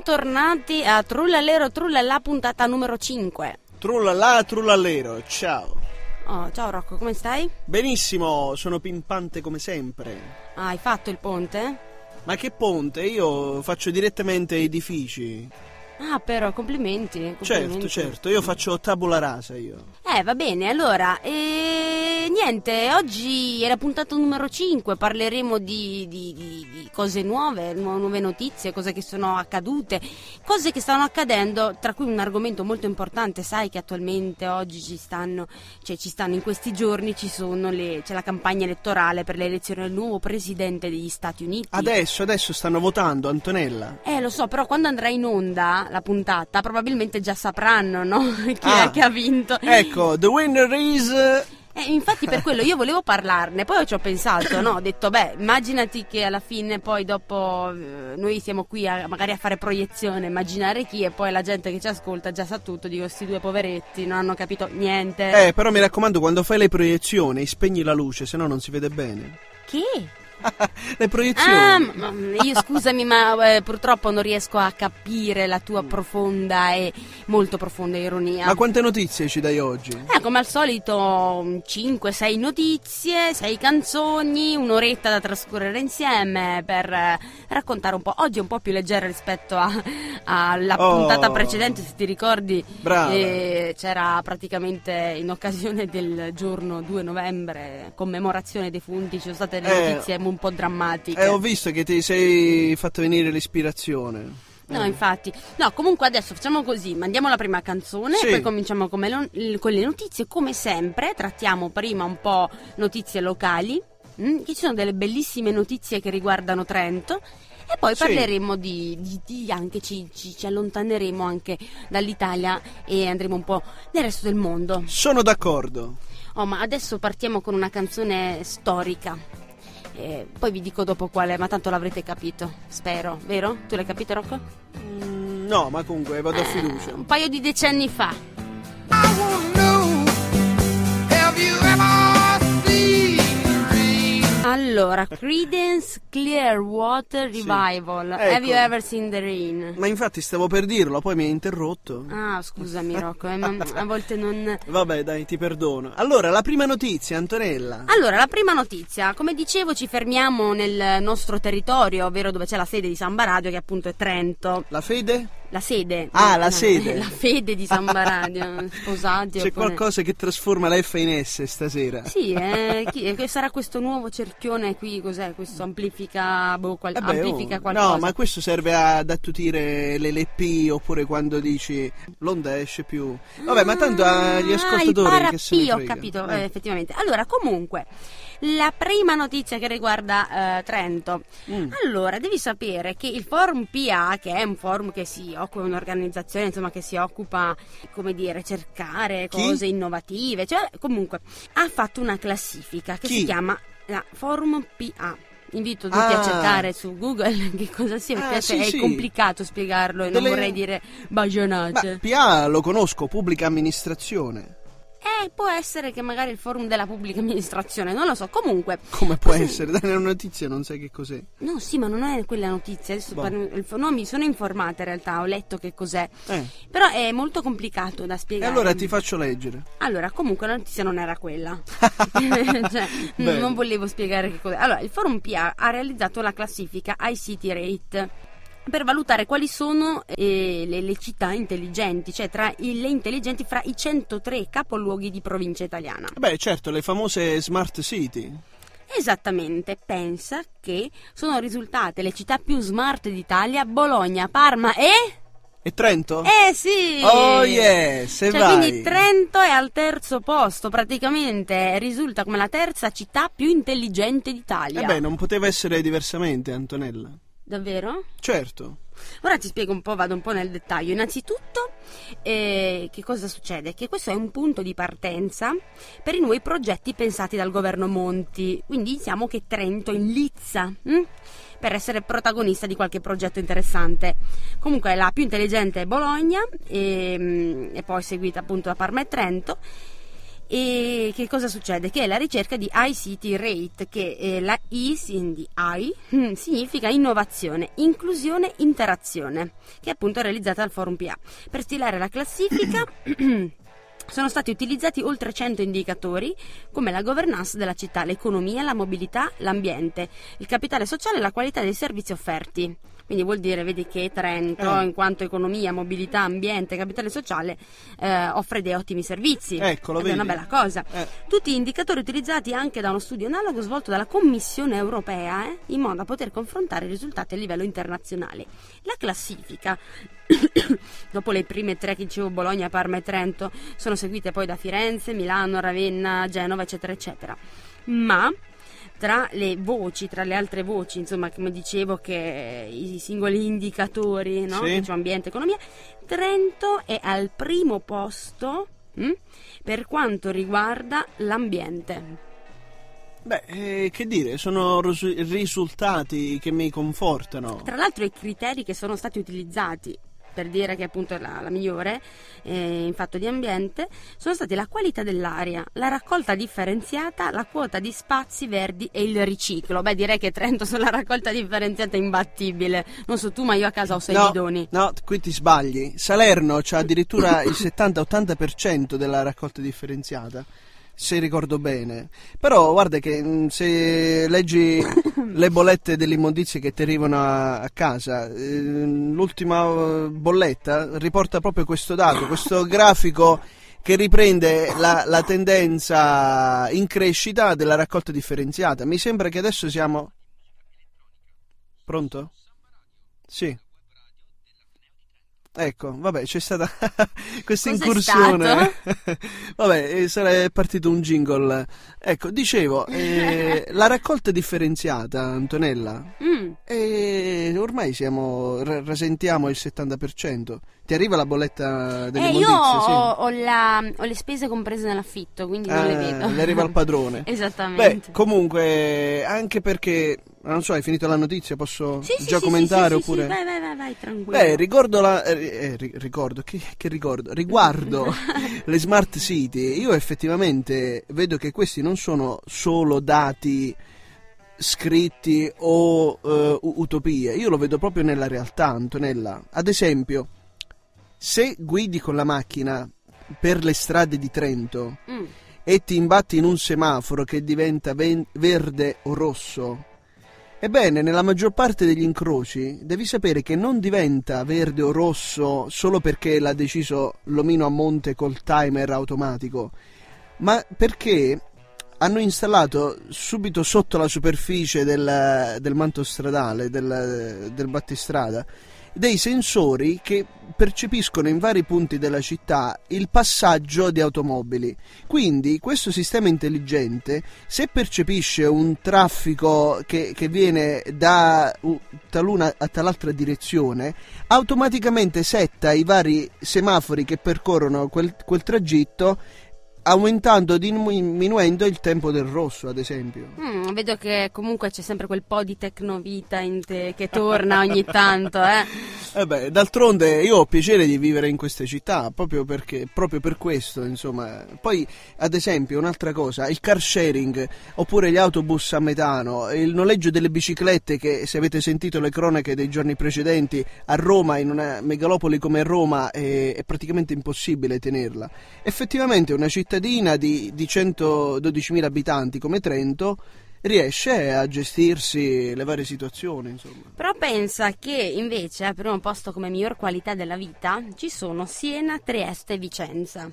bentornati a Trullalero Trullalla puntata numero 5. Trullalla Trullallero, ciao. Oh, ciao Rocco, come stai? Benissimo, sono pimpante come sempre. Ah, hai fatto il ponte? Ma che ponte? Io faccio direttamente edifici. Ah, però, complimenti. Certo, io faccio tabula rasa io. Va bene, allora, niente, oggi è la puntata numero 5, parleremo di cose nuove notizie, cose che sono accadute, cose che stanno accadendo, tra cui un argomento molto importante. Sai che attualmente oggi ci stanno in questi giorni, c'è la campagna elettorale per l'elezione del nuovo presidente degli Stati Uniti. Adesso stanno votando, Antonella. Lo so, però quando andrà in onda la puntata probabilmente già sapranno, no? Chi è che ha vinto. Ecco, the winner is... Infatti per quello io volevo parlarne, poi ci ho pensato, no? Ho detto, immaginati che alla fine poi dopo noi siamo qui magari a fare proiezione, immaginare chi, e poi la gente che ci ascolta già sa tutto, dico, questi due poveretti non hanno capito niente. Però mi raccomando, quando fai le proiezioni spegni la luce, se no non si vede bene. Che? Le proiezioni. Io scusami, ma purtroppo non riesco a capire la tua profonda e molto profonda ironia. Ma quante notizie ci dai oggi? Come al solito 5-6 notizie, 6 canzoni, un'oretta da trascorrere insieme per raccontare un po'. Oggi è un po' più leggera rispetto alla puntata precedente, se ti ricordi. Brava. C'era praticamente in occasione del giorno 2 novembre, commemorazione dei defunti, ci sono state le notizie un po' drammatiche. Ho visto che ti sei fatto venire l'ispirazione. No, infatti. No, comunque adesso facciamo così, mandiamo la prima canzone, sì. Poi cominciamo con le notizie, come sempre. Trattiamo prima un po' notizie locali, che ci sono delle bellissime notizie che riguardano Trento. E poi parleremo di anche ci allontaneremo anche dall'Italia e andremo un po' nel resto del mondo. Sono d'accordo. Ma adesso partiamo con una canzone storica. Poi vi dico dopo quale, ma tanto l'avrete capito, spero, vero? Tu l'hai capito, Rocco? No, ma comunque vado a fiducia. Un paio di decenni fa. I wanna know, have you ever seen rain? Allora, Creedence Clearwater Revival. Ecco. Have you ever seen the rain? Ma infatti stavo per dirlo, poi mi hai interrotto. Ah, scusami Rocco, ma a volte non... Vabbè, dai, ti perdono. Allora, la prima notizia, Antonella. Allora, la prima notizia, come dicevo, ci fermiamo nel nostro territorio, ovvero dove c'è la sede di Samba Radio, che appunto è Trento. La fede? La sede. La sede. La fede di Samba Radio, sposati. C'è qualcosa che trasforma la F in S stasera. Sì, sarà questo nuovo cerchione qui, cos'è? Questo amplifica amplifica qualcosa. No, ma questo serve ad attutire le LP, oppure quando dici l'onda esce più. Vabbè, ma tanto agli ascoltatori che se ne frega. Ho capito, effettivamente. Allora, comunque, la prima notizia che riguarda Trento. Allora, devi sapere che il Forum PA, che è un forum che si occupa, un'organizzazione, insomma, che si occupa, come dire, cercare cose innovative, cioè, comunque, ha fatto una classifica che si chiama Forum PA. Invito tutti a cercare su Google che cosa sia, mi piace, è complicato spiegarlo e non vorrei dire bagionate. Ma PA lo conosco, pubblica amministrazione. Può essere che magari il forum della pubblica amministrazione, non lo so, comunque. Come può essere? Dai, una notizia, non sai che cos'è. No, sì, ma non è quella notizia, adesso no, mi sono informata in realtà, ho letto che cos'è. Però è molto complicato da spiegare. E allora ti faccio leggere. Allora, comunque la notizia non era quella. Cioè, non volevo spiegare che cos'è. Allora, il forum PA ha realizzato la classifica ICT Rate per valutare quali sono le città intelligenti, cioè le intelligenti fra i 103 capoluoghi di provincia italiana. Beh, certo, le famose smart city. Esattamente, pensa che sono risultate le città più smart d'Italia: Bologna, Parma E Trento? Sì! Oh yes, e vai! Quindi Trento è al terzo posto, praticamente risulta come la terza città più intelligente d'Italia. Non poteva essere diversamente, Antonella. Davvero? Certo. Ora ti spiego un po', vado un po' nel dettaglio. Innanzitutto, che cosa succede? Che questo è un punto di partenza per i nuovi progetti pensati dal governo Monti. Quindi diciamo che Trento inlizza per essere protagonista di qualche progetto interessante. Comunque la più intelligente è Bologna e poi seguita appunto da Parma e Trento. E che cosa succede? Che è la ricerca di ICT Rate, che la I di I significa innovazione, inclusione, interazione, che è appunto realizzata dal Forum PA. Per stilare la classifica sono stati utilizzati oltre 100 indicatori come la governance della città, l'economia, la mobilità, l'ambiente, il capitale sociale e la qualità dei servizi offerti. Quindi vuol dire, vedi che Trento, in quanto economia, mobilità, ambiente, capitale sociale, offre dei ottimi servizi. Eccolo, ed è una vedi? bella cosa. Tutti indicatori utilizzati anche da uno studio analogo svolto dalla Commissione europea, in modo da poter confrontare i risultati a livello internazionale. La classifica, dopo le prime 3 che dicevo, Bologna, Parma e Trento, sono seguite poi da Firenze, Milano, Ravenna, Genova, eccetera, eccetera. Ma tra le altre voci, insomma, come dicevo, che i singoli indicatori, no? Sì. Cioè ambiente, economia, Trento è al primo posto per quanto riguarda l'ambiente. Beh, che dire, sono risultati che mi confortano. Tra l'altro i criteri che sono stati utilizzati per dire che appunto è la migliore in fatto di ambiente sono stati la qualità dell'aria, la raccolta differenziata, la quota di spazi verdi e il riciclo. Beh, direi che Trento sulla raccolta differenziata è imbattibile. Non so tu, ma io a casa ho 6 bidoni. No, qui ti sbagli. Salerno c'ha addirittura il 70-80% della raccolta differenziata, se ricordo bene. Però guarda che se leggi le bollette delle immondizie che ti arrivano a casa, l'ultima bolletta riporta proprio questo dato, questo grafico che riprende la tendenza in crescita della raccolta differenziata. Mi sembra che adesso siamo... Pronto? Sì. Ecco, vabbè, c'è stata questa Cos'è incursione. Vabbè, sarà partito un jingle. Ecco, dicevo, la raccolta differenziata, Antonella, ormai rasentiamo il 70%. Ti arriva la bolletta delle Io immondizie? Sì. ho le spese comprese nell'affitto, quindi non le vedo. Le arriva al padrone. Esattamente. Beh, comunque, anche perché, non so, hai finito la notizia? Posso Sì, già sì, commentare sì, oppure... vai, tranquillo. Beh, riguardo le smart city, io effettivamente vedo che questi non sono solo dati scritti o utopie, io lo vedo proprio nella realtà, Antonella. Ad esempio, se guidi con la macchina per le strade di Trento e ti imbatti in un semaforo che diventa verde o rosso, ebbene, nella maggior parte degli incroci devi sapere che non diventa verde o rosso solo perché l'ha deciso l'omino a monte col timer automatico, ma perché hanno installato subito sotto la superficie del manto stradale, del battistrada, dei sensori che percepiscono in vari punti della città il passaggio di automobili. Quindi questo sistema intelligente, se percepisce un traffico che viene da taluna a tal'altra direzione, automaticamente setta i vari semafori che percorrono quel tragitto, aumentando o diminuendo il tempo del rosso, ad esempio. Vedo che comunque c'è sempre quel po' di tecnovita in te che torna ogni tanto, Beh, d'altronde io ho piacere di vivere in queste città, proprio per questo, insomma. Poi, ad esempio, un'altra cosa, il car sharing, oppure gli autobus a metano, il noleggio delle biciclette, che se avete sentito le cronache dei giorni precedenti, a Roma, in una megalopoli come Roma, è praticamente impossibile tenerla. Effettivamente una cittadina di 112.000 abitanti come Trento riesce a gestirsi le varie situazioni, insomma. Però pensa che invece al primo posto come miglior qualità della vita ci sono Siena, Trieste e Vicenza.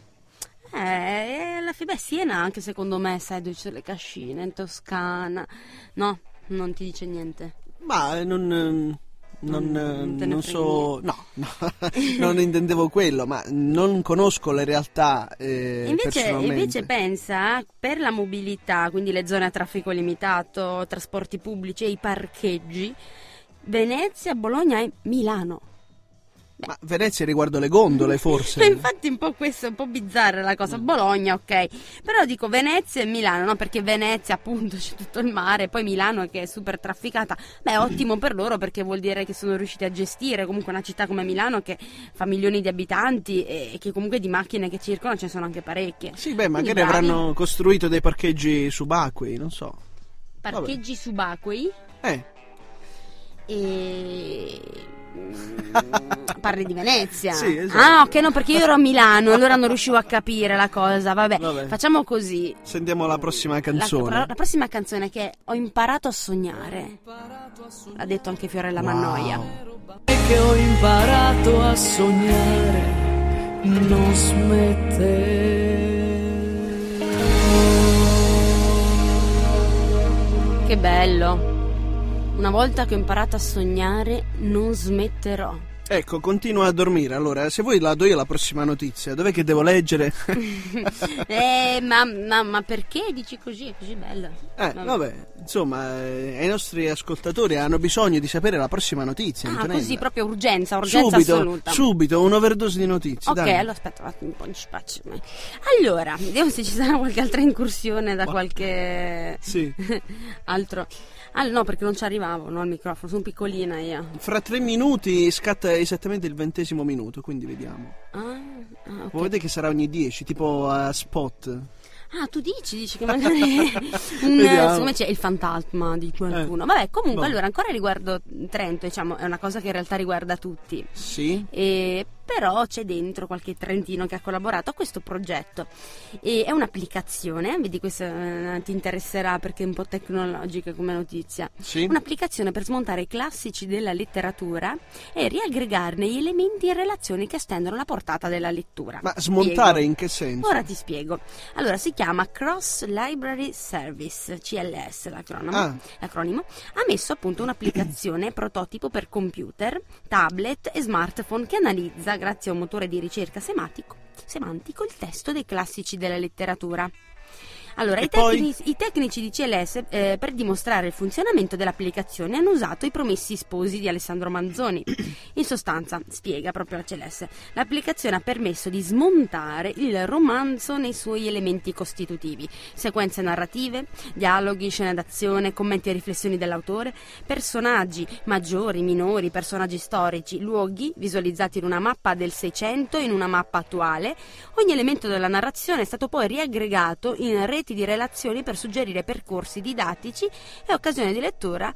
Siena anche secondo me, sai, dove ci sono le cascine, in Toscana. No, non ti dice niente. Ma non so, niente. no, non intendevo quello, ma non conosco le realtà personalmente. Invece pensa, per la mobilità, quindi le zone a traffico limitato, trasporti pubblici e i parcheggi, Venezia, Bologna e Milano. Ma Venezia riguardo le gondole, forse? Infatti un po' questo è un po' bizzarra la cosa. Bologna, ok, però dico Venezia e Milano, no? Perché Venezia appunto c'è tutto il mare, poi Milano che è super trafficata. Beh, ottimo per loro, perché vuol dire che sono riusciti a gestire comunque una città come Milano che fa milioni di abitanti e che comunque di macchine che circolano ce ne sono anche parecchie. Sì, beh, magari Quindi bravi. avranno costruito dei parcheggi subacquei, non so. Parcheggi subacquei e... parli di Venezia? Sì, esatto. Ah, ok, no, perché io ero a Milano, allora non riuscivo a capire la cosa. Vabbè. Facciamo così. Sentiamo la prossima canzone. La prossima canzone che è Ho imparato a sognare. L'ha detto anche Fiorella Mannoia. Che ho imparato a sognare, non smette. Che bello. Una volta che ho imparato a sognare, non smetterò. Ecco, continua a dormire. Allora, se vuoi la do io la prossima notizia. Dov'è che devo leggere? Ma perché dici così? È così bella. Vabbè, insomma, i nostri ascoltatori hanno bisogno di sapere la prossima notizia. Antonella. Così, proprio urgenza assoluta. Subito, un'overdose di notizie. Ok, dai. allora aspetta un po' di spazio. Allora, vediamo se ci sarà qualche altra incursione da qualche Sì. altro. No, perché non ci arrivavo, no, al microfono, sono piccolina io. Fra 3 minuti scatta esattamente il 20° minuto, quindi vediamo. Ok. Vuoi vedere che sarà ogni 10, tipo a spot. Ah, tu dici che magari Vediamo. secondo me c'è il fantasma di qualcuno. Vabbè, comunque, Boh. allora, ancora riguardo Trento, diciamo, è una cosa che in realtà riguarda tutti. Sì. Però c'è dentro qualche trentino che ha collaborato a questo progetto. E è un'applicazione, vedi, questa ti interesserà perché è un po' tecnologica come notizia. Sì. Un'applicazione per smontare i classici della letteratura e riaggregarne gli elementi e relazioni che estendono la portata della lettura. Ma smontare Spiego. in che senso? Ora ti spiego. Allora, si chiama Cross Library Service, CLS l'acronimo, ha messo appunto un'applicazione prototipo per computer, tablet e smartphone che analizza, grazie a un motore di ricerca semantico, il testo dei classici della letteratura. Allora, i tecnici di CLS per dimostrare il funzionamento dell'applicazione hanno usato i Promessi Sposi di Alessandro Manzoni. In sostanza, spiega proprio la CLS, l'applicazione ha permesso di smontare il romanzo nei suoi elementi costitutivi, sequenze narrative, dialoghi, scene d'azione, commenti e riflessioni dell'autore, personaggi maggiori, minori, personaggi storici, luoghi visualizzati in una mappa del 600 e in una mappa attuale. Ogni elemento della narrazione è stato poi riaggregato in reti di relazioni per suggerire percorsi didattici e occasioni di lettura,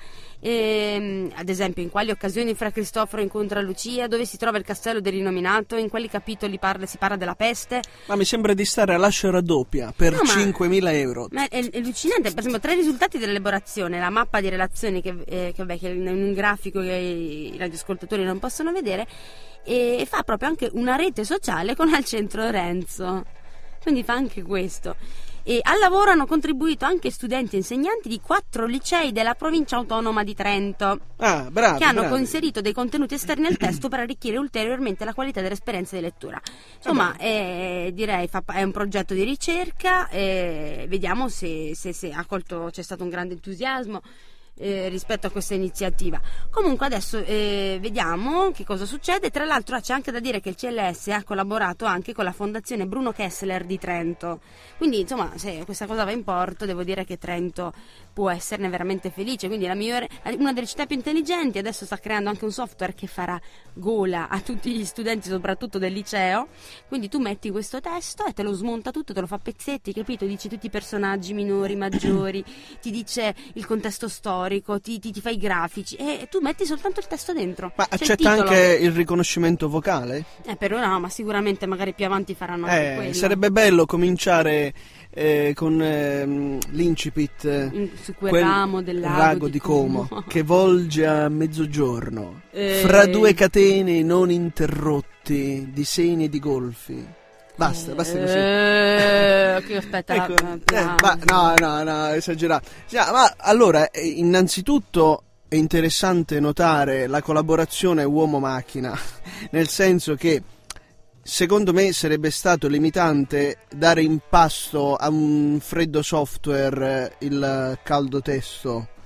ad esempio in quali occasioni Fra Cristoforo incontra Lucia, dove si trova il castello del rinominato, in quali capitoli si parla della peste. Ma mi sembra di stare all'ascia raddoppia per 5.000 euro. Ma è allucinante. Per esempio, tra i risultati dell'elaborazione, la mappa di relazioni che è in un grafico che i radioascoltatori non possono vedere, e fa proprio anche una rete sociale con al centro Renzo, quindi fa anche questo. E al lavoro hanno contribuito anche studenti e insegnanti di 4 licei della provincia autonoma di Trento, Bravi, che hanno bravi. inserito dei contenuti esterni al testo per arricchire ulteriormente la qualità dell'esperienza di lettura. Insomma, direi è un progetto di ricerca, vediamo se c'è stato un grande entusiasmo rispetto a questa iniziativa. Comunque adesso vediamo che cosa succede. Tra l'altro c'è anche da dire che il CLS ha collaborato anche con la fondazione Bruno Kessler di Trento, quindi insomma, se questa cosa va in porto, devo dire che Trento può esserne veramente felice. Quindi una delle città più intelligenti adesso sta creando anche un software che farà gola a tutti gli studenti, soprattutto del liceo. Quindi tu metti questo testo e te lo smonta tutto, te lo fa a pezzetti, capito? Dice tutti i personaggi minori, maggiori, ti dice il contesto storico, ti fa i grafici e tu metti soltanto il testo dentro. Ma C'è il accetta titolo. anche il riconoscimento vocale? Per ora no, ma sicuramente magari più avanti faranno anche quello. Sarebbe bello cominciare con l'incipit Su quel ramo del lago di Como che volge a mezzogiorno Eh. fra due catene non interrotte di seni e di golfi. Basta così. Che aspetta. Ecco, no, esagerato. Ma allora, innanzitutto è interessante notare la collaborazione uomo-macchina, nel senso che secondo me sarebbe stato limitante dare in pasto a un freddo software il caldo testo.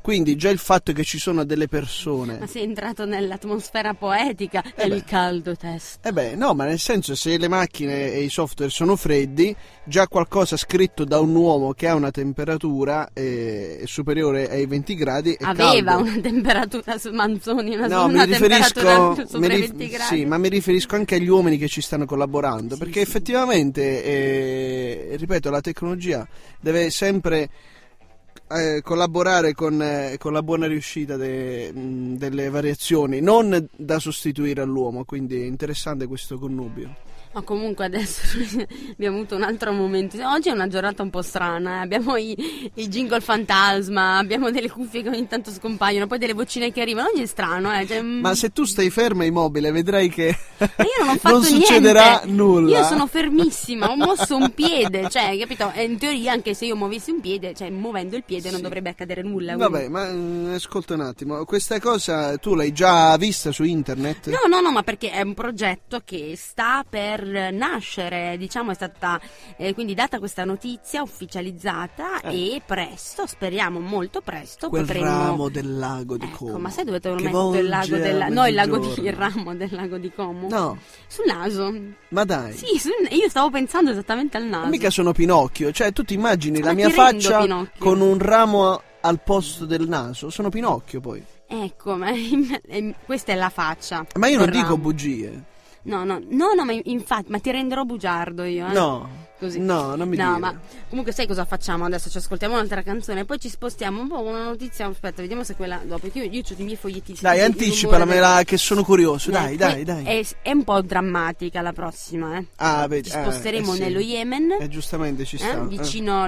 Quindi già il fatto che ci sono delle persone... Ma sei entrato nell'atmosfera poetica e il caldo test. No, ma nel senso, se le macchine e i software sono freddi, già qualcosa scritto da un uomo che ha una temperatura superiore ai 20 gradi è Aveva caldo. una temperatura su Manzoni, No, una mi riferisco, temperatura sopra i 20 gradi. sì, ma mi riferisco anche agli uomini che ci stanno collaborando, perché effettivamente, ripeto, la tecnologia deve sempre collaborare con la buona riuscita delle variazioni, non da sostituire all'uomo, quindi è interessante questo connubio. Ma comunque adesso abbiamo avuto un altro momento. Oggi è una giornata un po' strana. Abbiamo i jingle fantasma, abbiamo delle cuffie che ogni tanto scompaiono, poi delle vocine che arrivano. Oggi è strano, Cioè, Ma se tu stai ferma immobile, vedrai che ma io non ho fatto non succederà niente. nulla. Io sono fermissima, ho mosso un piede, cioè, capito? E in teoria, anche se io muovessi un piede, cioè muovendo il piede non dovrebbe accadere nulla. Vabbè, ma ascolta un attimo, questa cosa tu l'hai già vista su internet? No, ma perché è un progetto che sta per nascere, diciamo, è stata quindi data questa notizia ufficializzata e presto, speriamo molto presto, quel potremo... ramo del lago di Como. Ma sai dove te lo che metto il lago volge a no, il mezzogiorno. ramo del lago di Como? No, Sul naso. ma dai. Sì, io stavo pensando esattamente al naso. Mica sono Pinocchio, cioè tu ti immagini Ma la ti mia rendo faccia Pinocchio. con un ramo al posto del naso, sono Pinocchio poi. Ecco, ma questa è la faccia. Ma io non col dico ramo. bugie. No, ma infatti, ma ti renderò bugiardo io, No. Così. No, non mi No, dire. ma comunque sai cosa facciamo adesso? Ci ascoltiamo un'altra canzone, poi ci spostiamo un po' con una notizia. Aspetta, vediamo se quella dopo. Perché io ho i miei foglietti. Dai, il anticipalamela che sono curioso. rumore Dai. È un po' drammatica la prossima, Ah, vedi, Ci sposteremo sì. nello Yemen. Giustamente ci sta. Vicino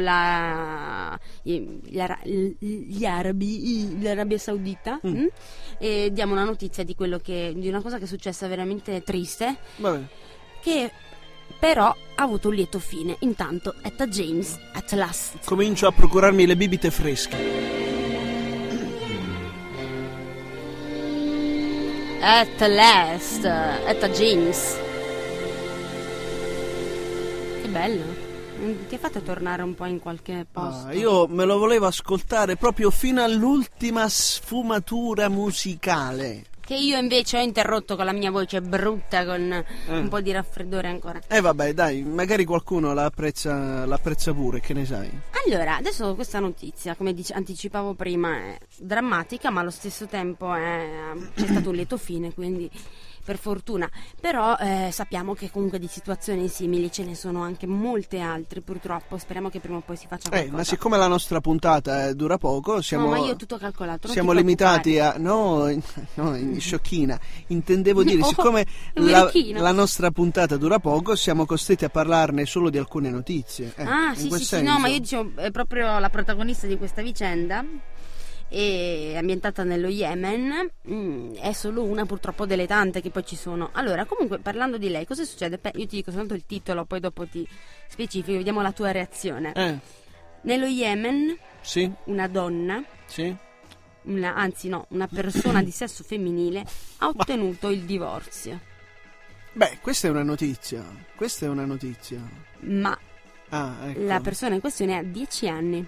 l'Arabia Saudita. E diamo una notizia di di una cosa che è successa veramente triste, Vabbè. che però ha avuto un lieto fine. Intanto Etta James, At Last. Comincio a procurarmi le bibite fresche. At Last, Etta James. Che bello. Ti ha fatto tornare un po' in qualche posto? Io me lo volevo ascoltare proprio fino all'ultima sfumatura musicale. Che io invece ho interrotto con la mia voce brutta, con un po' di raffreddore ancora. Vabbè, dai, magari qualcuno l'apprezza pure, che ne sai? Allora, adesso questa notizia, come anticipavo prima, è drammatica, ma allo stesso tempo c'è stato un lieto fine, quindi per fortuna. Però sappiamo che comunque di situazioni simili ce ne sono anche molte altre, purtroppo. Speriamo che prima o poi si faccia qualcosa. Ma siccome la nostra puntata dura poco, siamo... No, ma io ho tutto calcolato. Siamo limitati a... No, sciocchina. Intendevo dire, siccome la nostra puntata dura poco, siamo costretti a parlarne solo di alcune notizie. Sì, no, ma io dicevo, è proprio la protagonista di questa vicenda, è ambientata nello Yemen, è solo una purtroppo delle tante che poi ci sono. Allora, comunque, parlando di lei, cosa succede? Io ti dico soltanto il titolo, poi dopo ti specifico, vediamo la tua reazione. Nello Yemen, sì? una donna, sì? una persona di sesso femminile ha ottenuto il divorzio. Beh, questa è una notizia. Ma ecco. la persona in questione ha 10 anni.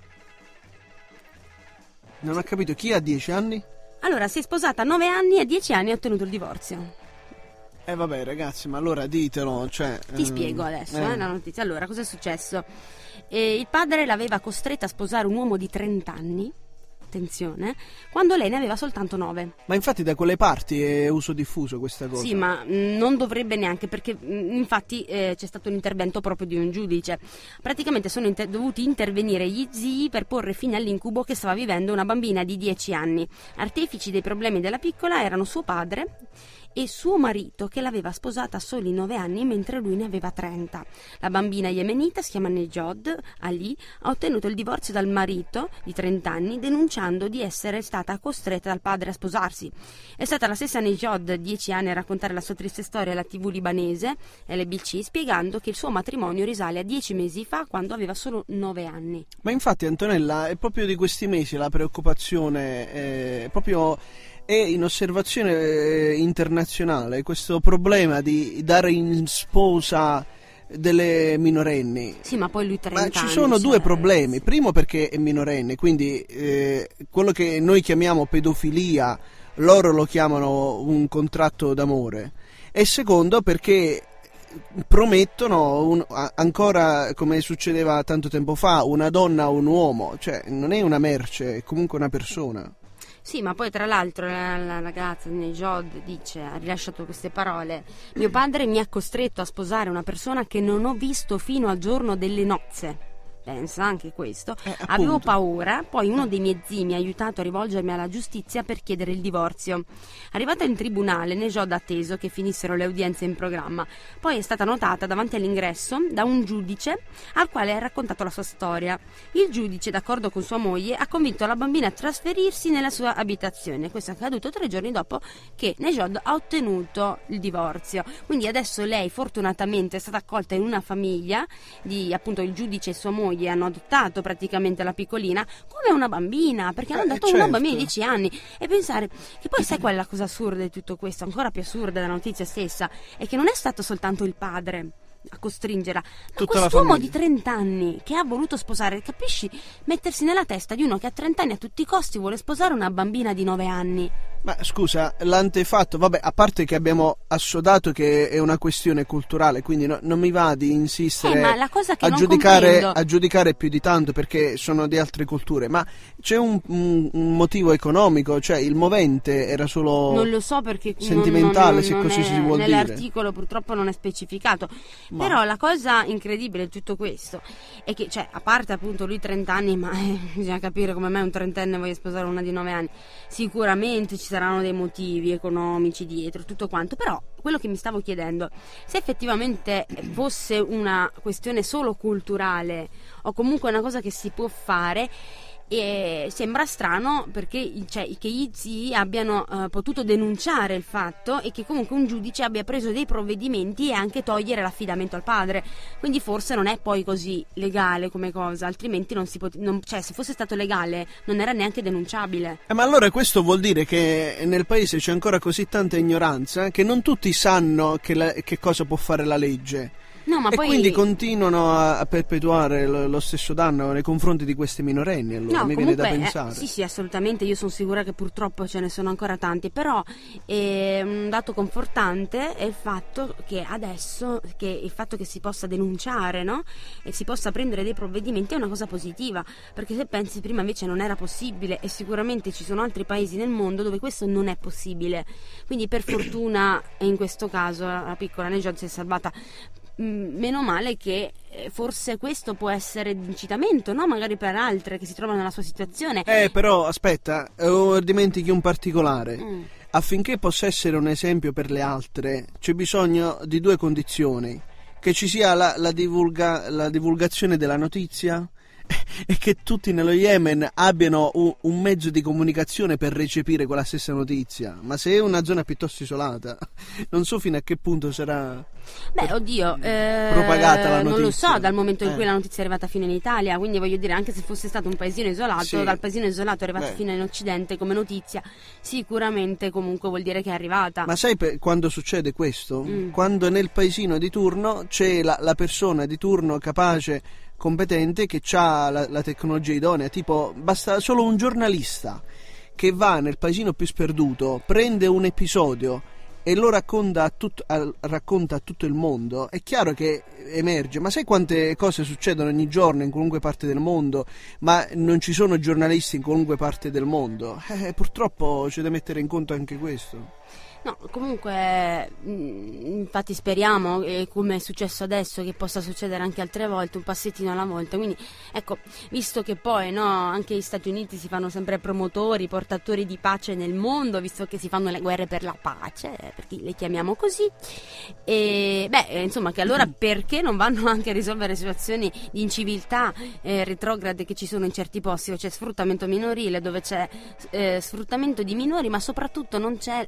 Non ho capito, chi ha 10 anni? Allora, si è sposata a 9 anni e a 10 anni ha ottenuto il divorzio. Vabbè ragazzi, ma allora ditelo, cioè... Ti spiego adesso la notizia. Allora, cosa è successo? Il padre l'aveva costretta a sposare un uomo di 30 anni, attenzione, quando lei ne aveva soltanto 9. Ma infatti da quelle parti è uso diffuso questa cosa. Sì, ma non dovrebbe neanche, perché infatti c'è stato un intervento proprio di un giudice. Praticamente sono dovuti intervenire gli zii per porre fine all'incubo che stava vivendo una bambina di 10 anni. Artefici dei problemi della piccola erano suo padre e suo marito, che l'aveva sposata a soli 9 anni mentre lui ne aveva 30. La bambina yemenita, si chiama Nejod Ali, ha ottenuto il divorzio dal marito di 30 anni, denunciando di essere stata costretta dal padre a sposarsi. È stata la stessa Nejod, 10 anni, a raccontare la sua triste storia alla TV libanese LBC, spiegando che il suo matrimonio risale a 10 mesi fa, quando aveva solo 9 anni. Ma infatti, Antonella, è proprio di questi mesi la preoccupazione, proprio... è in osservazione internazionale questo problema di dare in sposa delle minorenni. Sì, ma poi lui 30 Ma anni. ci sono cioè, due problemi. Primo, perché è minorenne, quindi quello che noi chiamiamo pedofilia, loro lo chiamano un contratto d'amore. E secondo, perché promettono ancora, come succedeva tanto tempo fa, una donna o un uomo, cioè non è una merce, è comunque una persona. Sì, ma poi tra l'altro la ragazza Nejod dice, ha rilasciato queste parole: mio padre mi ha costretto a sposare una persona che non ho visto fino al giorno delle nozze. Pensa anche questo. Avevo paura, poi uno dei miei zii mi ha aiutato a rivolgermi alla giustizia per chiedere il divorzio. Arrivata in tribunale, Nejod ha atteso che finissero le udienze in programma. Poi è stata notata davanti all'ingresso da un giudice al quale ha raccontato la sua storia. Il giudice, d'accordo con sua moglie, ha convinto la bambina a trasferirsi nella sua abitazione. Questo è accaduto 3 giorni dopo che Nejod ha ottenuto il divorzio. Quindi adesso lei fortunatamente è stata accolta in una famiglia di, appunto, il giudice e sua moglie hanno adottato praticamente la piccolina come una bambina, perché hanno dato una bambina di 10 anni. E pensare che poi, sai qual è la cosa assurda di tutto questo, ancora più assurda della notizia stessa, è che non è stato soltanto il padre a costringerla, ma Tutta la quest'uomo famiglia. di 30 anni che ha voluto sposare, capisci? Mettersi nella testa di uno che a 30 anni a tutti i costi vuole sposare una bambina di 9 anni. Ma scusa, l'antefatto, vabbè, a parte che abbiamo assodato che è una questione culturale, quindi non mi va di insistere ma la cosa che a non giudicare, comprendo- a giudicare più di tanto, perché sono di altre culture, ma c'è un motivo economico, cioè il movente era solo Non lo so, perché sentimentale, se così si vuol dire. nell'articolo purtroppo non è specificato. Però la cosa incredibile di tutto questo è che, cioè, a parte appunto lui 30 anni, ma bisogna capire come mai un trentenne voglia sposare una di 9 anni. Sicuramente ci saranno dei motivi economici dietro, tutto quanto, però quello che mi stavo chiedendo, se effettivamente fosse una questione solo culturale o comunque una cosa che si può fare. E sembra strano perché, cioè, che gli zii abbiano potuto denunciare il fatto e che comunque un giudice abbia preso dei provvedimenti e anche togliere l'affidamento al padre. Quindi forse non è poi così legale come cosa, altrimenti non si cioè, se fosse stato legale non era neanche denunciabile. Ma allora questo vuol dire che nel paese c'è ancora così tanta ignoranza che non tutti sanno che cosa può fare la legge. No, ma E poi quindi continuano a perpetuare lo stesso danno nei confronti di questi minorenni, allora no, mi viene da comunque, pensare. sì, assolutamente, io sono sicura che purtroppo ce ne sono ancora tanti, però un dato confortante è il fatto che adesso, il fatto che si possa denunciare, no? E si possa prendere dei provvedimenti è una cosa positiva, perché se pensi prima invece non era possibile, e sicuramente ci sono altri paesi nel mondo dove questo non è possibile. Quindi per fortuna in questo caso la piccola Nejod si è salvata. Meno male che forse questo può essere d'incitamento, no? Magari per altre che si trovano nella sua situazione. Però aspetta, dimentichi un particolare. Affinché possa essere un esempio per le altre c'è bisogno di 2 condizioni: che ci sia la divulgazione della notizia e che tutti nello Yemen abbiano un mezzo di comunicazione per recepire quella stessa notizia. Ma se è una zona piuttosto isolata, non so fino a che punto sarà propagata la notizia. Non lo so, dal momento in cui la notizia è arrivata fino in Italia, quindi voglio dire, anche se fosse stato un paesino isolato, Sì. dal paesino isolato è arrivata fino in Occidente come notizia, sicuramente comunque vuol dire che è arrivata. Ma sai quando succede questo? Quando nel paesino di turno c'è la persona di turno capace, competente, che ha la tecnologia idonea. Tipo, basta solo un giornalista che va nel paesino più sperduto, prende un episodio e lo racconta a tutto il mondo. È chiaro che emerge. Ma sai quante cose succedono ogni giorno in qualunque parte del mondo, ma non ci sono giornalisti in qualunque parte del mondo? Purtroppo c'è da mettere in conto anche questo. No, comunque, infatti speriamo, come è successo adesso, che possa succedere anche altre volte, un passettino alla volta. Quindi, ecco, visto che poi, no, anche gli Stati Uniti si fanno sempre promotori, portatori di pace nel mondo, visto che si fanno le guerre per la pace, perché le chiamiamo così, e insomma, che allora perché non vanno anche a risolvere situazioni di inciviltà retrograde che ci sono in certi posti, dove c'è sfruttamento minorile, dove c'è sfruttamento di minori, ma soprattutto non c'è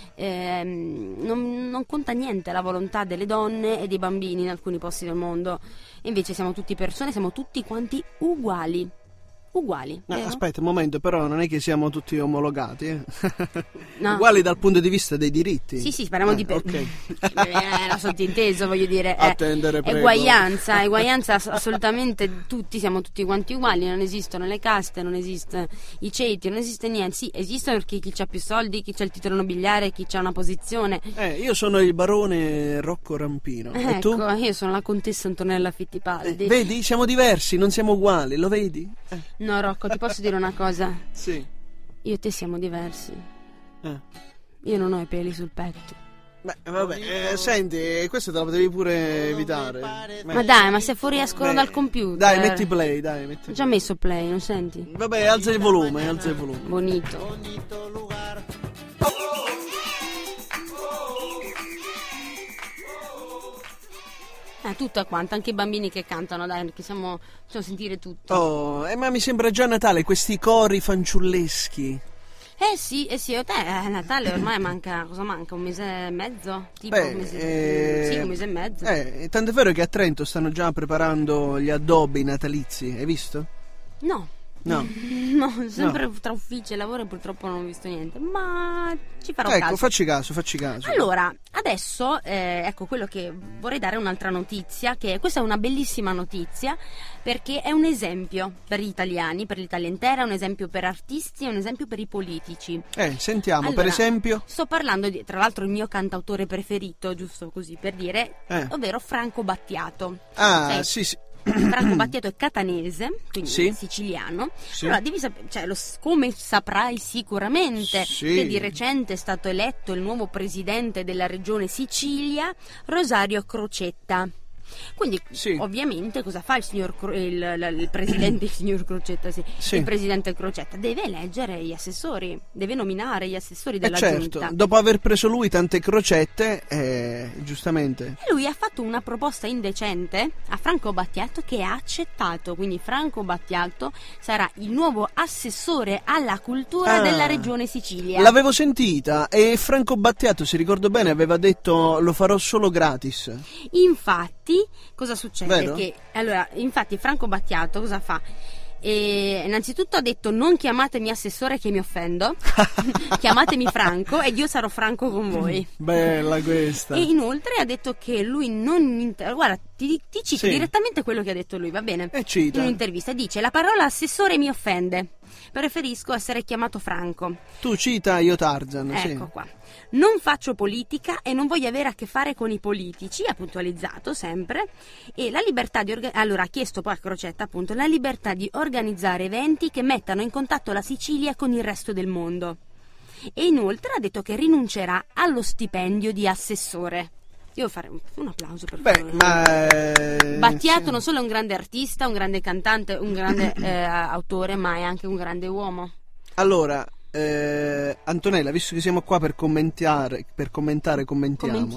non conta niente la volontà delle donne e dei bambini in alcuni posti del mondo. E invece siamo tutti persone, siamo tutti quanti uguali. uguali. No, vero? aspetta un momento, però non è che siamo tutti omologati, eh? No. Uguali dal punto di vista dei diritti. Sì, speriamo di ok. Era sottinteso, voglio dire. Attendere, prego. Eguaglianza, assolutamente siamo tutti quanti uguali, non esistono le caste, non esiste i ceti, non esiste niente. Sì, esistono perché chi ha più soldi, chi ha il titolo nobiliare, chi ha una posizione. Io sono il barone Rocco Rampino. E tu? Ecco, io sono la contessa Antonella Fittipaldi. Vedi, siamo diversi, non siamo uguali, lo vedi? No, Rocco, ti posso dire una cosa? Sì. Io e te siamo diversi. Io non ho i peli sul petto. Beh, vabbè, senti, questo te la potevi pure evitare. Ma dai, ma se fuoriescono dal computer. Dai, metti play, dai, Ho già messo play, non senti? Vabbè, alza il volume, Bonito. Tutto quanto, anche i bambini che cantano, dai, che possiamo sentire tutto. Oh, ma mi sembra già Natale, questi cori fanciulleschi. Sì, a te a Natale ormai manca, cosa manca? Un mese e mezzo? Tipo Beh, un mese, sì, un mese e mezzo. Tanto è vero che a Trento stanno già preparando gli addobbi natalizi, hai visto? No, sempre tra ufficio e lavoro purtroppo non ho visto niente, ma ci farò caso. Ecco, facci caso. Allora, adesso, ecco quello che vorrei dare un'altra notizia, che questa è una bellissima notizia, perché è un esempio per gli italiani, per l'Italia intera, è un esempio per artisti, è un esempio per i politici. Sentiamo, Allora, per esempio. Sto parlando di, tra l'altro, il mio cantautore preferito, giusto così per dire, ovvero Franco Battiato. Sì. Franco Battiato è catanese, quindi Sì. siciliano. Sì. Allora devi come saprai sicuramente, Sì. che di recente è stato eletto il nuovo presidente della regione Sicilia, Rosario Crocetta. Quindi Sì. ovviamente cosa fa il signor il presidente, il signor Crocetta, sì. Sì. Il presidente Crocetta deve eleggere gli assessori, deve nominare gli assessori della Certo, giunta. dopo aver preso lui tante crocette, giustamente. E lui ha fatto una proposta indecente a Franco Battiato che ha accettato, quindi Franco Battiato sarà il nuovo assessore alla cultura della regione Sicilia. L'avevo sentita e Franco Battiato, se ricordo bene, aveva detto lo farò solo gratis. Infatti, cosa succede? Vero? Che, allora, infatti Franco Battiato cosa fa? Innanzitutto ha detto non chiamatemi assessore che mi offendo, chiamatemi Franco ed io sarò franco con voi. Bella questa. E inoltre ha detto che lui guarda, ti cito Sì. direttamente quello che ha detto lui, va bene? E cita. In un'intervista dice: la parola assessore mi offende, preferisco essere chiamato Franco. Tu cita io Tarzan, Ecco sì. qua. Non faccio politica e non voglio avere a che fare con i politici, ha puntualizzato sempre. E la libertà di allora ha chiesto poi a Crocetta appunto la libertà di organizzare eventi che mettano in contatto la Sicilia con il resto del mondo. E inoltre ha detto che rinuncerà allo stipendio di assessore. Io fare un applauso per favore. Ma Battiato sì. non solo è un grande artista, un grande cantante, un grande autore, ma è anche un grande uomo. Allora, Antonella, visto che siamo qua per commentare, commentiamo.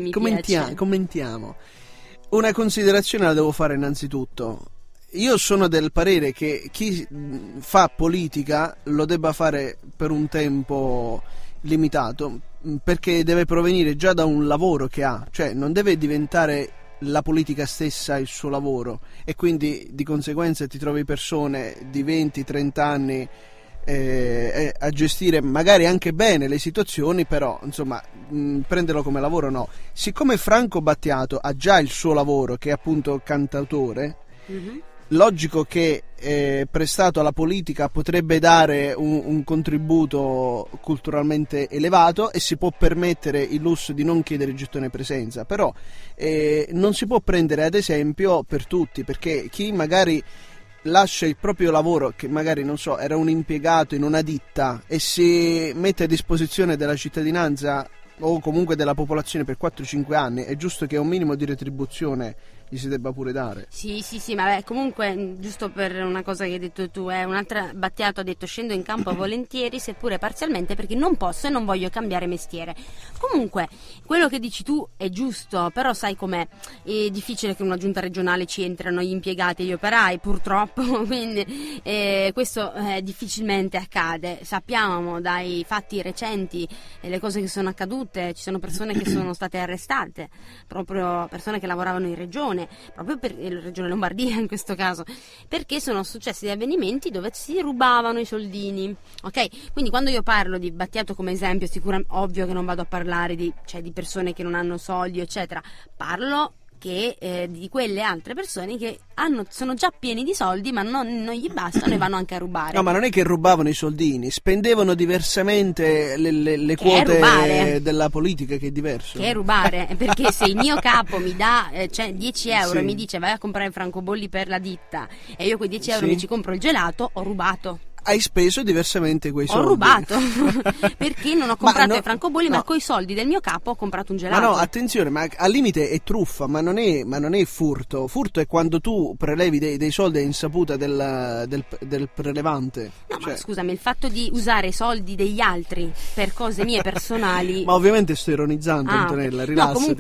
Commentiamo. Una considerazione la devo fare innanzitutto. Io sono del parere che chi fa politica lo debba fare per un tempo limitato, perché deve provenire già da un lavoro che ha, cioè non deve diventare la politica stessa il suo lavoro, e quindi di conseguenza ti trovi persone di 20-30 anni a gestire magari anche bene le situazioni, però insomma prenderlo come lavoro no. Siccome Franco Battiato ha già il suo lavoro, che è appunto cantautore, logico che prestato alla politica potrebbe dare un contributo culturalmente elevato e si può permettere il lusso di non chiedere gettone presenza, però non si può prendere ad esempio per tutti, perché chi magari lascia il proprio lavoro, che magari non so era un impiegato in una ditta, e si mette a disposizione della cittadinanza o comunque della popolazione per 4-5 anni, è giusto che un minimo di retribuzione gli si debba pure dare. Sì, ma beh, comunque, giusto per una cosa che hai detto tu, un'altra Battiato ha detto scendo in campo volentieri, seppure parzialmente, perché non posso e non voglio cambiare mestiere. Comunque, quello che dici tu è giusto, però sai com'è, è difficile che in una giunta regionale ci entrano gli impiegati e gli operai, purtroppo, quindi questo difficilmente accade. Sappiamo dai fatti recenti le cose che sono accadute, ci sono persone che sono state arrestate, proprio persone che lavoravano in regione, regione, proprio per la regione Lombardia in questo caso, perché sono successi degli avvenimenti dove si rubavano i soldini, ok? Quindi quando io parlo di Battiato come esempio, ovvio che non vado a parlare di persone che non hanno soldi, eccetera, parlo di quelle altre persone che sono già pieni di soldi ma non gli bastano e vanno anche a rubare. No, ma non è che rubavano i soldini, spendevano diversamente le quote della politica, che è diverso. Che è rubare, perché se il mio capo mi dà 10 euro e mi dice vai a comprare francobolli per la ditta e io quei 10 euro mi ci compro il gelato, ho rubato. Hai speso diversamente quei soldi. Ho rubato perché non ho comprato i francobolli, ma coi soldi del mio capo ho comprato un gelato. Ma no, attenzione, ma al limite è truffa, ma non è furto. Furto è quando tu prelevi dei soldi a insaputa del prelevante. No, ma scusami, il fatto di usare i soldi degli altri per cose mie personali. Ma ovviamente sto ironizzando, Antonella, rilassati.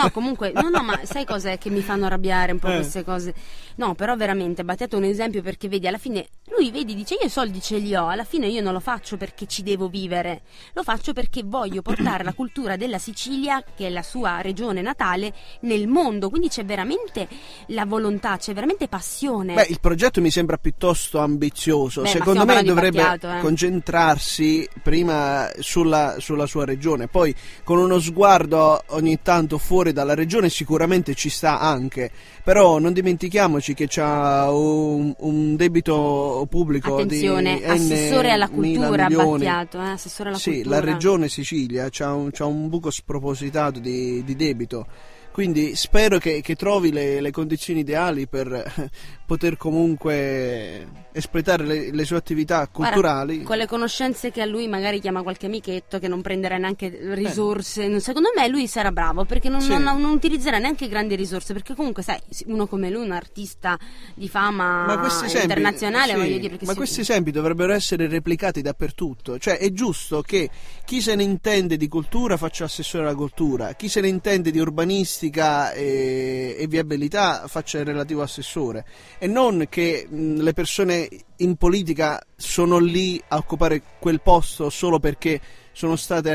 No, ma sai cos'è che mi fanno arrabbiare un po' queste cose? No, però veramente, Battiato è un esempio, perché vedi, alla fine lui dice io i soldi ce li ho, alla fine io non lo faccio perché ci devo vivere, lo faccio perché voglio portare la cultura della Sicilia, che è la sua regione natale, nel mondo, quindi c'è veramente la volontà, c'è veramente passione. Beh, il progetto mi sembra piuttosto ambizioso, secondo me dovrebbe concentrarsi prima sulla sua regione, poi con uno sguardo ogni tanto fuori dalla regione sicuramente ci sta anche, però non dimentichiamoci che c'ha un debito pubblico. Attenzione, assessore alla cultura Battiato, assessore alla cultura. Sì, la regione Sicilia c'ha un buco spropositato di debito, quindi spero che trovi le condizioni ideali per poter comunque espletare le sue attività culturali. Guarda, con le conoscenze che ha lui, magari chiama qualche amichetto che non prenderà neanche risorse. Secondo me lui sarà bravo, perché non utilizzerà neanche grandi risorse, perché comunque sai, uno come lui, un artista di fama internazionale, voglio dire, questi esempi dovrebbero essere replicati dappertutto. Cioè è giusto che chi se ne intende di cultura faccia assessore alla cultura, chi se ne intende di urbanistica e viabilità faccia il relativo assessore, e non che le persone in politica sono lì a occupare quel posto solo perché sono state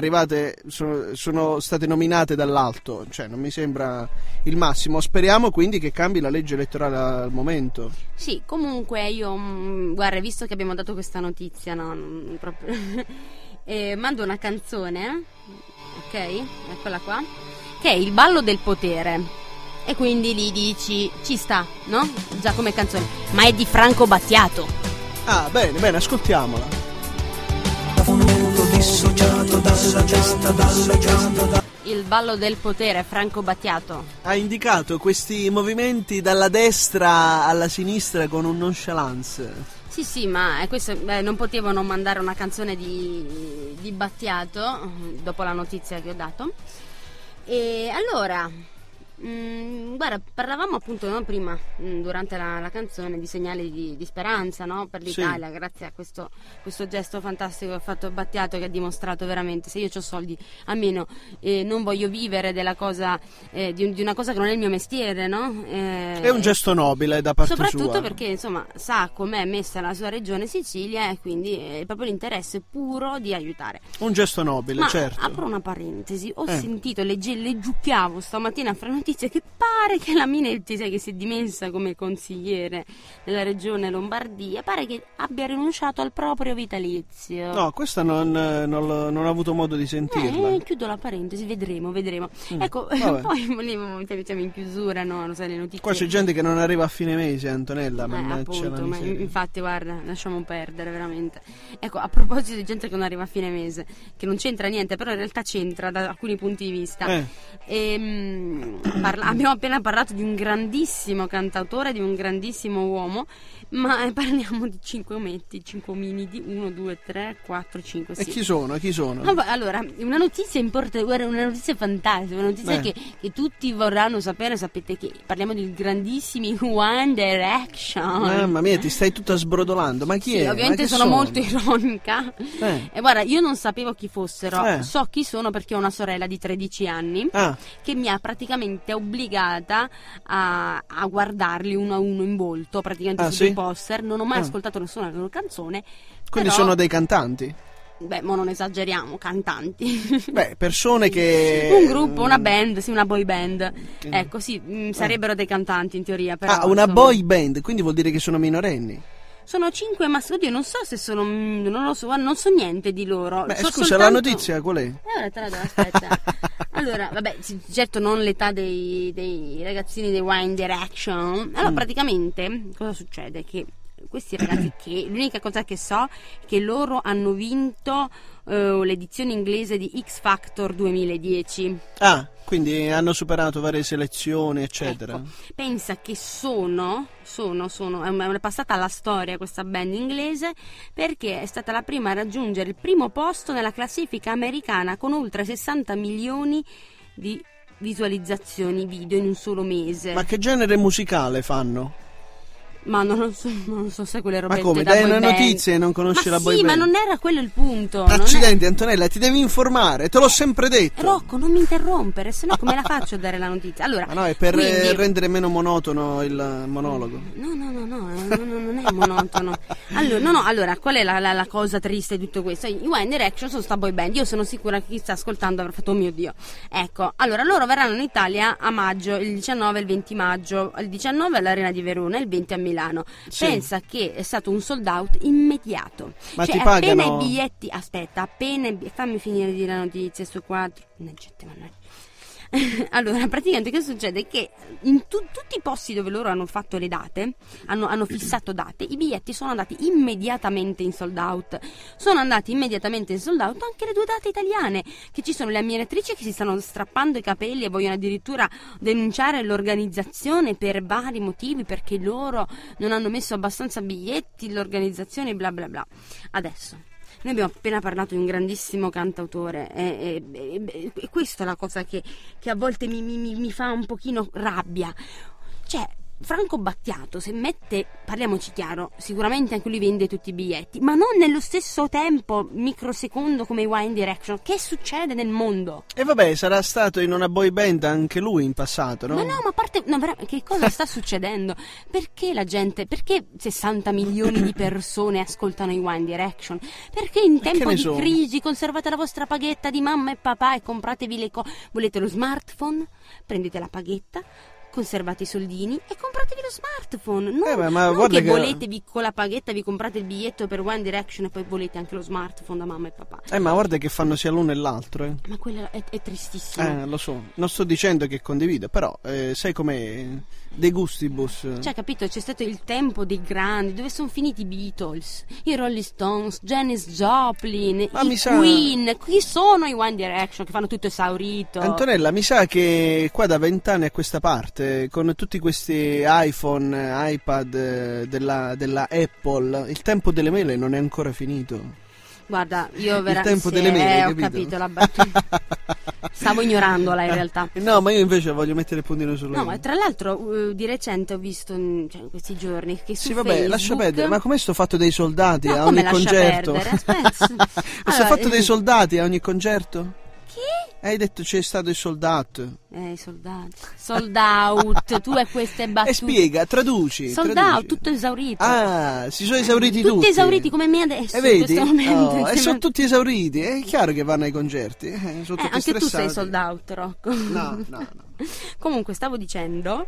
nominate dall'alto. Cioè non mi sembra il massimo. Speriamo quindi che cambi la legge elettorale al momento. Sì, comunque io guarda, visto che abbiamo dato questa notizia, proprio mando una canzone, ok? Eccola qua, che è Il ballo del potere. E quindi lì dici, ci sta, no? Già come canzone. Ma è di Franco Battiato. Ah, bene, ascoltiamola. Il ballo del potere, Franco Battiato. Ha indicato questi movimenti dalla destra alla sinistra con un nonchalance. Sì, ma questo, non potevo non mandare una canzone di Battiato dopo la notizia che ho dato. E allora... guarda, parlavamo appunto prima durante la canzone di segnali di speranza, no? Per l'Italia, sì. Grazie a questo gesto fantastico che ha fatto Battiato, che ha dimostrato veramente, se io ho soldi almeno non voglio vivere della cosa di una cosa che non è il mio mestiere, no? È un gesto nobile da parte soprattutto sua, perché insomma sa com'è messa la sua regione Sicilia e quindi è proprio l'interesse puro di aiutare. Un gesto nobile. Ma certo. Apro una parentesi, ho sentito, leggiucchiavo stamattina fra notizie che pare che la Minetti, sai, che si è dimessa come consigliere della regione Lombardia, pare che abbia rinunciato al proprio vitalizio. No, questa non ho avuto modo di sentirla. Chiudo la parentesi, vedremo. Ecco, poi volevo in chiusura, no, lo sai, le notizie. Qua c'è gente che non arriva a fine mese, Antonella, appunto, ma infatti guarda, lasciamo perdere veramente. Ecco, a proposito di gente che non arriva a fine mese, che non c'entra niente, però in realtà c'entra da alcuni punti di vista. Abbiamo appena parlato di un grandissimo cantautore, di un grandissimo uomo, ma parliamo di 5 ominidi, 1, 2, 3, 4, 5, 6. E chi sono? Allora, una notizia importante, guarda, una notizia fantastica, una notizia che tutti vorranno sapere. Sapete che parliamo di grandissimi One Direction. Mamma mia, ti stai tutta sbrodolando, ma chi è? Ovviamente sono molto ironica. E guarda, io non sapevo chi fossero, so chi sono perché ho una sorella di 13 anni che mi ha praticamente obbligata a guardarli uno a uno in volto, praticamente su dei poster. Non ho mai ascoltato nessuna loro canzone. Quindi però... sono dei cantanti? beh, mo non esageriamo, cantanti. Beh, persone che... Un gruppo, una band, sì, una boy band. Ecco, sì, sarebbero dei cantanti in teoria, però... Ah, una insomma, boy band, quindi vuol dire che sono minorenni. sono 5 maschi, non so se sono... non lo so, guarda, non so niente di loro. Beh, So scusa, la soltanto- notizia qual è? Ora te la do, aspetta. Allora, vabbè, sì, certo non l'età dei ragazzini dei One Direction. Allora, praticamente, cosa succede? Che questi ragazzi, che l'unica cosa che so è che loro hanno vinto l'edizione inglese di X Factor 2010. Ah, quindi hanno superato varie selezioni, eccetera. Ecco, pensa che è passata alla storia questa band inglese perché è stata la prima a raggiungere il primo posto nella classifica americana con oltre 60 milioni di visualizzazioni video in un solo mese. Ma che genere musicale fanno? Ma non so se quelle robette Ma come? da Dai boy una band. notizia e non conosci Ma la boy sì, band? ma non era quello il punto. non è- Accidenti, Antonella, ti devi informare, te l'ho sempre detto. Rocco, non mi interrompere, se no come la faccio a dare la notizia? Allora, Ma no, è per quindi- rendere meno monotono il monologo. No, non è monotono. Allora, qual è la cosa triste di tutto questo? I One Direction sono sta boy band. Io sono sicura che chi sta ascoltando avrà fatto, oh mio Dio. Ecco, allora loro verranno in Italia a maggio, il 19 e il 20 maggio. Il 19 all'Arena di Verona, il 20 a Milano. Sì. Pensa che è stato un sold out immediato. Ma Cioè, ti appena pagano? i biglietti, aspetta, fammi finire di dire la notizia su 4. Allora, praticamente che succede? Che in tutti i posti dove loro hanno fatto le date, hanno fissato date, i biglietti sono andati immediatamente in sold out. Sono andati immediatamente in sold out anche le 2 date italiane, che ci sono le ammiratrici che si stanno strappando i capelli e vogliono addirittura denunciare l'organizzazione per vari motivi, perché loro non hanno messo abbastanza biglietti, l'organizzazione bla bla bla. Adesso noi abbiamo appena parlato di un grandissimo cantautore e questa è la cosa che a volte mi fa un pochino rabbia. Cioè, Franco Battiato, se mette, parliamoci chiaro, sicuramente anche lui vende tutti i biglietti, ma non nello stesso tempo, microsecondo come i One Direction. Che succede nel mondo? E vabbè, sarà stato in una boy band anche lui in passato, no? Ma no, ma a parte, no, che cosa sta succedendo? Perché perché 60 milioni di persone ascoltano i One Direction? Perché in tempo ne di so? crisi conservate la vostra paghetta di mamma e papà e compratevi volete lo smartphone? Prendete la paghetta, conservate i soldini e compratevi lo smartphone. ma Non guarda che che- voletevi con la paghetta, vi comprate il biglietto per One Direction e poi volete anche lo smartphone da mamma e papà. Ma guarda che fanno sia l'uno e l'altro, eh. Ma quello è tristissimo. Lo so, non sto dicendo che condivido, però sai com'è? De gustibus. Cioè, capito, c'è stato il tempo dei grandi, dove sono finiti i Beatles, i Rolling Stones, Janis Joplin, Ma i mi sa- Queen. Chi sono i One Direction che fanno tutto esaurito? Antonella, mi sa che qua da 20 anni a questa parte, con tutti questi iPhone, iPad della Apple, il tempo delle mele non è ancora finito. Guarda, io veramente tempo delle mele, ho capito la battuta. Stavo ignorandola in realtà. No, ma io invece voglio mettere il puntino sulle No, ma tra l'altro di recente ho visto in questi giorni che su Sì, vabbè, Facebook... lascia perdere. Ma com'è sto fatto dei soldati No, a come ogni lascia concerto? perdere? Aspetta. Questo fatto dei soldati a ogni concerto? Chi? Hai detto c'è stato il soldato. I soldati. Sold out, tu e queste battute. E spiega, traduci. Sold traduci. out, tutto esaurito. Ah, si sono esauriti tutti. Tutti esauriti come me adesso E in vedi? questo momento. Oh, e insieme sono a- tutti esauriti. È chiaro che vanno ai concerti. Sono tutti anche tu sei stressati. sold out, Rocco. No. Comunque, stavo dicendo.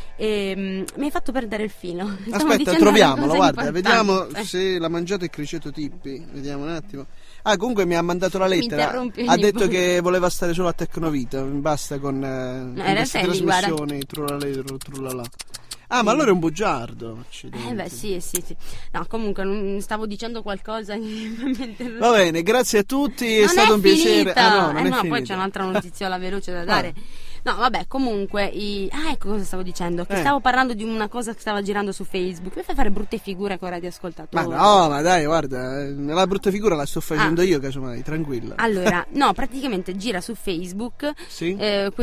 Mi hai fatto perdere il filo. Stavo Aspetta, dicendo troviamolo, una cosa guarda, vediamo importante. se l'ha mangiato il criceto Tippi. Vediamo un attimo. Ah, comunque mi ha mandato la lettera. interrompi Ha ogni detto volta. che voleva stare solo a Tecnovita. Basta con queste realtà, guarda. trasmissioni. Trullala. Ah, ma allora è un bugiardo. Accidenti. Beh, sì. No, comunque, stavo dicendo qualcosa. Va bene, grazie a tutti, è Non stato un piacere. finita. Ah, no, non è poi finita. c'è un'altra notiziola veloce da dare. No, vabbè, comunque, ecco cosa stavo dicendo. Che Eh. stavo parlando di una cosa che stava girando su Facebook. Mi fai fare brutte figure con radioascoltatori. Ma no, ma dai, guarda, la brutta figura la sto facendo io, casomai, tranquilla. Allora, no, praticamente gira su Facebook Sì?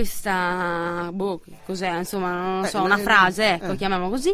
questa, che cos'è, insomma, non lo so, Eh, una eh, frase, ecco, eh. chiamiamola così,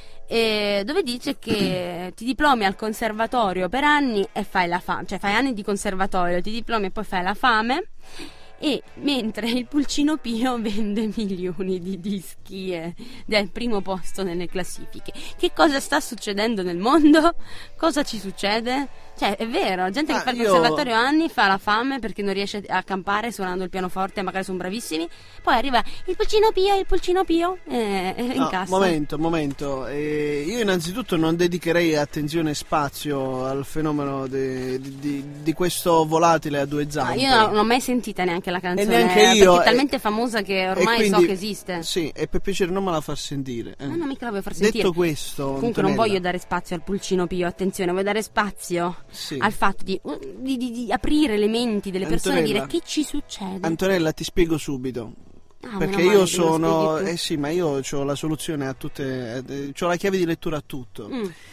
dove dice che ti diplomi al conservatorio per anni e fai la fame, cioè fai anni di conservatorio, ti diplomi e poi fai la fame. e mentre il Pulcino Pio vende milioni di dischi ed è al primo posto nelle classifiche. Che cosa sta succedendo nel mondo? Cosa ci succede? Cioè, è vero, gente che fa il conservatorio anni fa la fame perché non riesce a campare suonando il pianoforte, magari sono bravissimi, poi arriva il Pulcino Pio incassa. Momento, io innanzitutto non dedicherei attenzione e spazio al fenomeno di questo volatile a due zampe. Io non ho mai sentita neanche la canzone, neanche io, perché è talmente famosa che ormai quindi, so che esiste. Sì, e per piacere non me la far sentire. Ma non mica la vuoi far sentire. Detto questo, comunque Antonella, non voglio dare spazio al Pulcino Pio, attenzione, voglio dare spazio al fatto di aprire le menti delle persone e dire che ci succede. Antonella, ti spiego subito. Perché io sono ma io ho la soluzione a tutte, ho la chiave di lettura a tutto.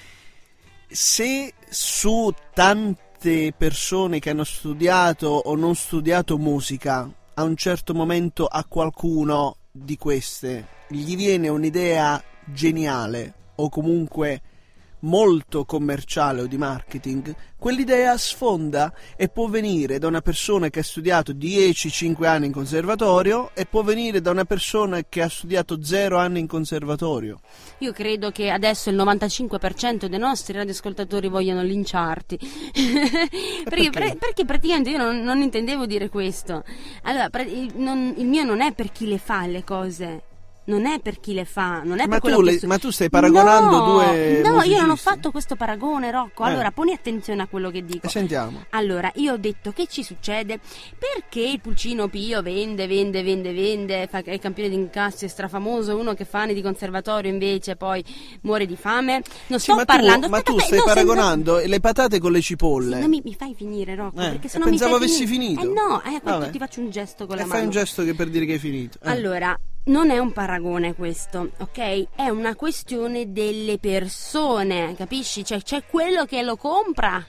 Se su tante persone che hanno studiato o non studiato musica, a un certo momento a qualcuno di queste gli viene un'idea geniale o comunque molto commerciale o di marketing, quell'idea sfonda e può venire da una persona che ha studiato 10-5 anni in conservatorio e può venire da una persona che ha studiato 0 anni in conservatorio. Io credo che adesso il 95% dei nostri radioascoltatori vogliono linciarti perché praticamente io non intendevo dire questo. Allora, il mio non è per chi le fa le cose, non è per chi le fa, non è per quello che ma tu stai paragonando due No, musicisti. io non ho fatto questo paragone, Rocco. Allora, poni attenzione a quello che dico. E sentiamo. Allora, io ho detto che ci succede perché il Pulcino Pio vende, è campione di incassi, è strafamoso, uno che fa anni di conservatorio invece poi muore di fame. Non sto parlando. Ma tu stai paragonando le patate con le cipolle. Sì, non mi fai finire, Rocco, perché se no pensavo mi fai avessi finito. Quando ti faccio un gesto con la mano. Fai un gesto che per dire che hai finito. Allora, non è un paragone questo, ok? È una questione delle persone, capisci? Cioè c'è quello che lo compra,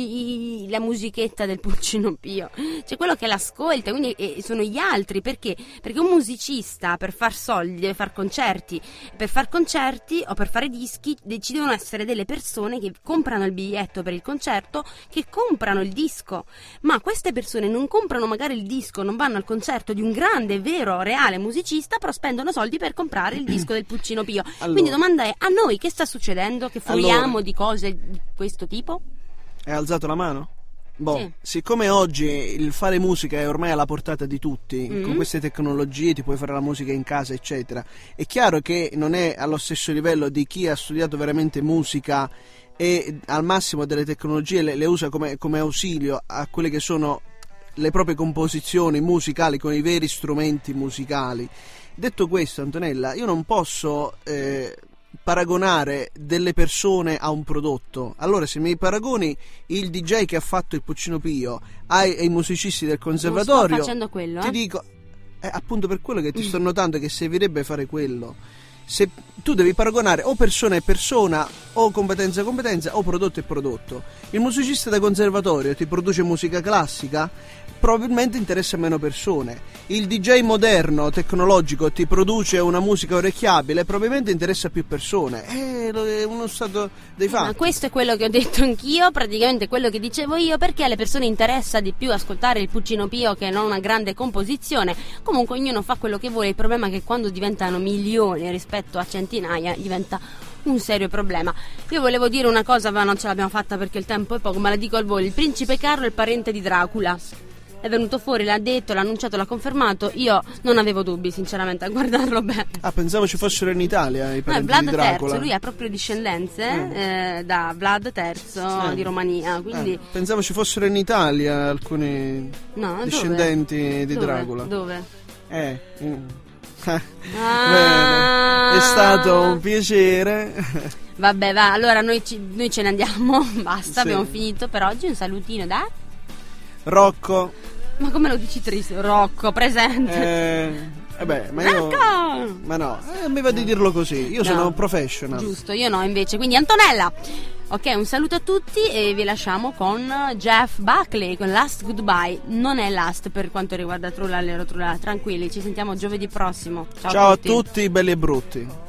la musichetta del Pulcino Pio, c'è quello che l'ascolta, quindi sono gli altri. Perché? Perché un musicista per far soldi deve far concerti. Per far concerti o per fare dischi ci devono essere delle persone che comprano il biglietto per il concerto, che comprano il disco. Ma queste persone non comprano magari il disco, non vanno al concerto di un grande, vero, reale musicista, però spendono soldi per comprare il disco del Pulcino Pio. Allora, quindi domanda è: a noi che sta succedendo? Che fruiamo di cose di questo tipo? Hai alzato la mano? Sì. Siccome oggi il fare musica è ormai alla portata di tutti, con queste tecnologie ti puoi fare la musica in casa eccetera, è chiaro che non è allo stesso livello di chi ha studiato veramente musica e al massimo delle tecnologie le usa come ausilio a quelle che sono le proprie composizioni musicali con i veri strumenti musicali. Detto questo, Antonella, io non posso paragonare delle persone a un prodotto. Allora, se mi paragoni il DJ che ha fatto il Pulcino Pio ai musicisti del conservatorio, non sto facendo quello, ti dico, appunto per quello che ti sto notando che servirebbe fare quello. Se tu devi paragonare o persona e persona, o competenza e competenza, o prodotto e prodotto. Il musicista da conservatorio ti produce musica classica, probabilmente interessa meno persone. Il DJ moderno, tecnologico, ti produce una musica orecchiabile, probabilmente interessa più persone. È uno stato dei fatti. Ma questo è quello che ho detto anch'io, praticamente quello che dicevo io, perché alle persone interessa di più ascoltare il Pulcino Pio che non una grande composizione. Comunque ognuno fa quello che vuole, il problema è che quando diventano milioni rispetto a centinaia diventa un serio problema. Io volevo dire una cosa, ma non ce l'abbiamo fatta perché il tempo è poco, ma la dico al volo: il principe Carlo è il parente di Dracula. È venuto fuori, l'ha detto, l'ha annunciato, l'ha confermato. Io non avevo dubbi sinceramente a guardarlo bene. Pensavo ci fossero in Italia i parenti Vlad di Dracula. III, lui ha proprio discendenze da Vlad III di Romania, quindi pensavo ci fossero in Italia alcuni discendenti di Dracula. Dove? Bene, è stato un piacere. Vabbè, va, allora noi ce ne andiamo. Basta, Sì. abbiamo finito per oggi. Un salutino da Rocco. Ma come lo dici triste? Rocco, presente. Ma io. Rocco! Ma no, mi va di dirlo così. Io sono un professional. Giusto, io no invece. Quindi Antonella. Ok, un saluto a tutti e vi lasciamo con Jeff Buckley con Last Goodbye. Non è last per quanto riguarda Trullallero Trullà. Tranquilli, ci sentiamo giovedì prossimo. Ciao a tutti, belli e brutti.